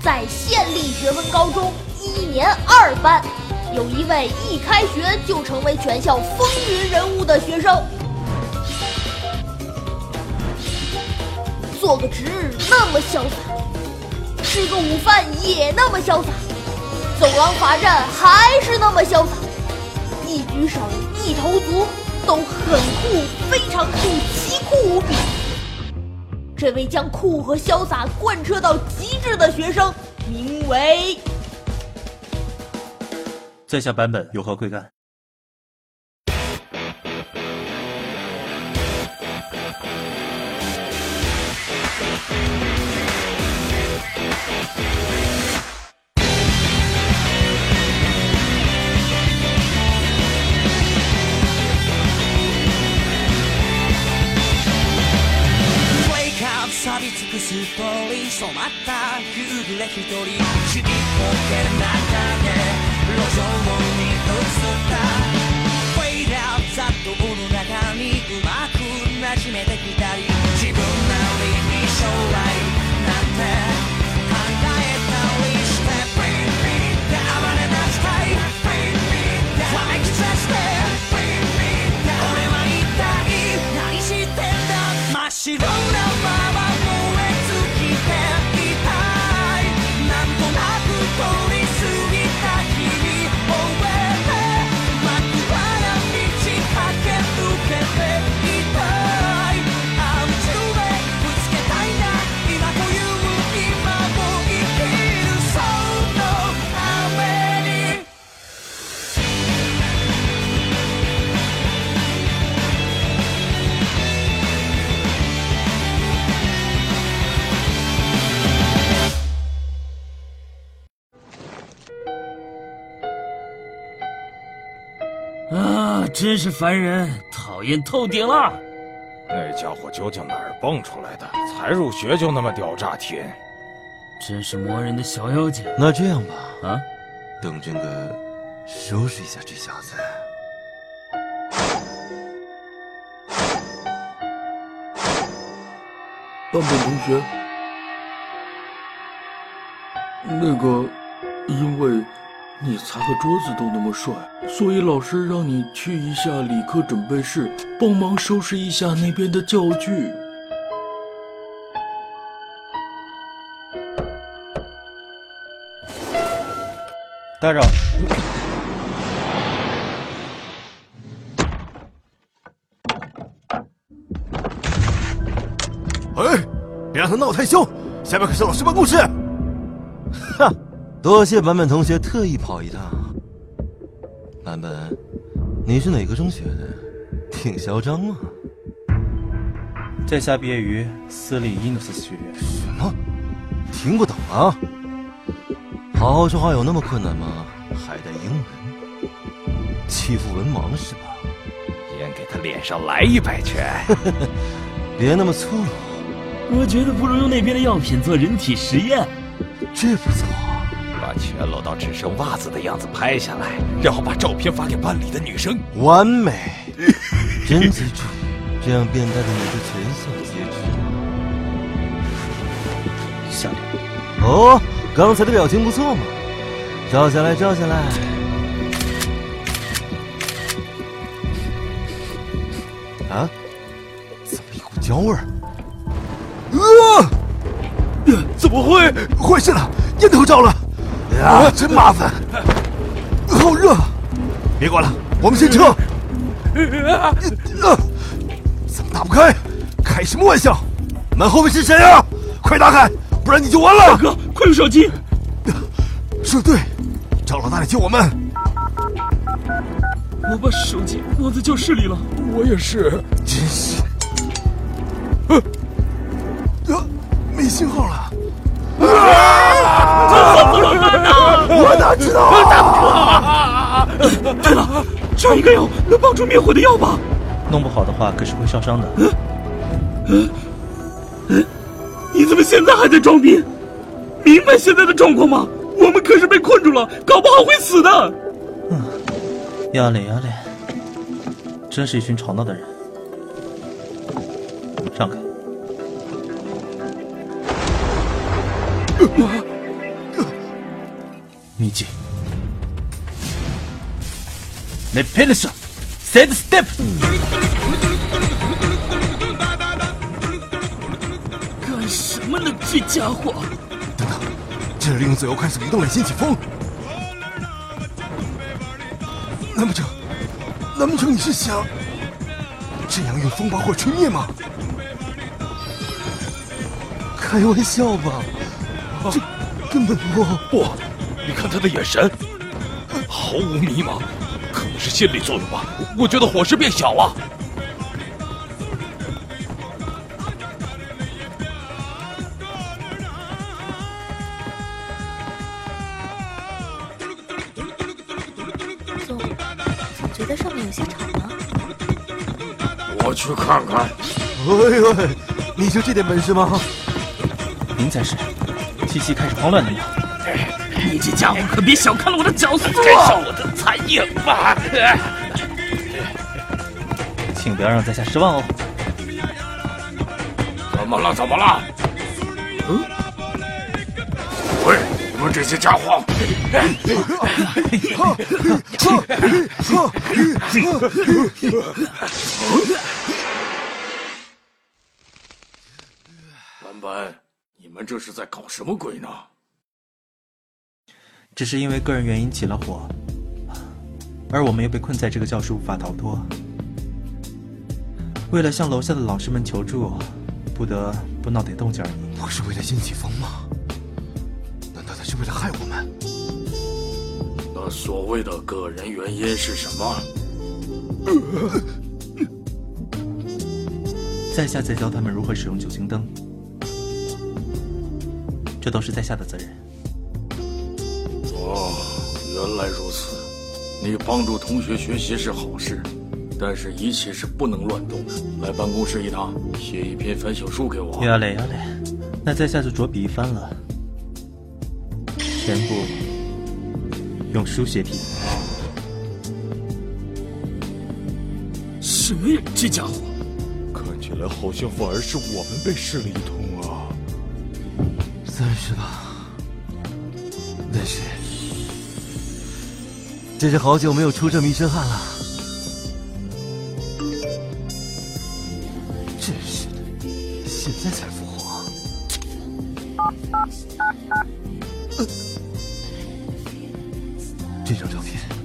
在县立学分高中1年2班，有一位一开学就成为全校风云人物的学生。做个值日那么潇洒，吃个午饭也那么潇洒，走廊罚站还是那么潇洒，一举手一投足都很酷，非常酷，奇酷无比。这位将酷和潇洒贯彻到极致的学生，名为…… 在下坂本有何贵干？ 錆び尽くす通り染まった夕暮れ一人ちびっこけの中で路上に映ったフェイドアウト雑踏の中にうまく馴染めてきたり自分なりに将来なんて考えたりしてピンピンって暴れ出したいピンピンってファイクさせてピンピンって俺は一体何してんだ真っ白なまま真是烦人，讨厌透顶了！ 那家伙究竟哪儿蹦出来的？才入学就那么屌炸天， 真是磨人的小妖精。 那这样吧， 啊， 等真哥收拾一下这小子。 坂本同学，那个，因为你擦个桌子都那么帅，所以老师让你去一下理科准备室，帮忙收拾一下那边的教具。 打扰。 哎，别让他闹太凶，下面可是老师办公室。哈。多谢坂本同学特意跑一趟。坂本，你是哪个中学的？挺嚣张啊！ 在下毕业于私立伊努斯学院。 什么？听不懂啊？好好说话有那么困难吗？还带英文？欺负文盲是吧？ 先给他脸上来100拳！ 别那么粗鲁。 我觉得不如用那边的药品做人体实验。 这不错。 把全裸到只剩袜子的样子拍下来，然后把照片发给班里的女生。 完美！真记住，这样变态的你就全校皆知。 下面。 哦，刚才的表情不错嘛，照下来，照下来。啊？怎么一股焦味儿？怎么会？坏事了，烟头着了！呀，真麻烦！好热！别管了，我们先撤。怎么打不开？开什么玩笑？门后面是谁啊？快打开，不然你就完了！ 大哥，快用手机！ 说对，找老大来救我们。 我把手机忘在教室里了。 我也是， 真是。没信号了。 怎么办呢？ 我哪知道啊！对了，这应该有能帮助灭火的药吧？ 弄不好的话可是会烧伤的。 你怎么现在还在装逼？明白现在的状况吗？我们可是被困住了，搞不好会死的。 压力，真是一群吵闹的人。让开！ 秘籍。来 finish set step。 干什么呢，这家伙？ 等等，这是利用自由快速移动来掀起风。难不成你是想这样用风把火吹灭吗？开玩笑吧，这根本不。 你看他的眼神，毫无迷茫，可能是心理作用吧。我觉得火势变小了。 总觉得上面有些吵呢。 我去看看。 喂，你就这点本事吗？ 您才是，七夕开始慌乱的呢。 你这家伙可别小看了我的角色， 感受我的残影吧。 请不要让在下失望哦。 怎么了？喂，你们这些家伙！蓝白，你们这是在搞什么鬼呢？ 只是因为个人原因起了火，而我们又被困在这个教室无法逃脱。为了向楼下的老师们求助，不得不闹点动静而已。 不是为了掀起风吗？难道他是为了害我们？ 那所谓的个人原因是什么？ 在下在教他们如何使用九星灯，这都是在下的责任。 哦，原来如此。你帮助同学学习是好事，但是仪器是不能乱动的。来办公室一趟，写一篇反省书给我。 呀嘞，那在下就着笔一番了，全部用书写体。 什么呀，这家伙！ 看起来好像反而是我们被试了一通啊。 算是吧。但是，真是好久没有出这么一身汗了。真是的，现在才复活。这张照片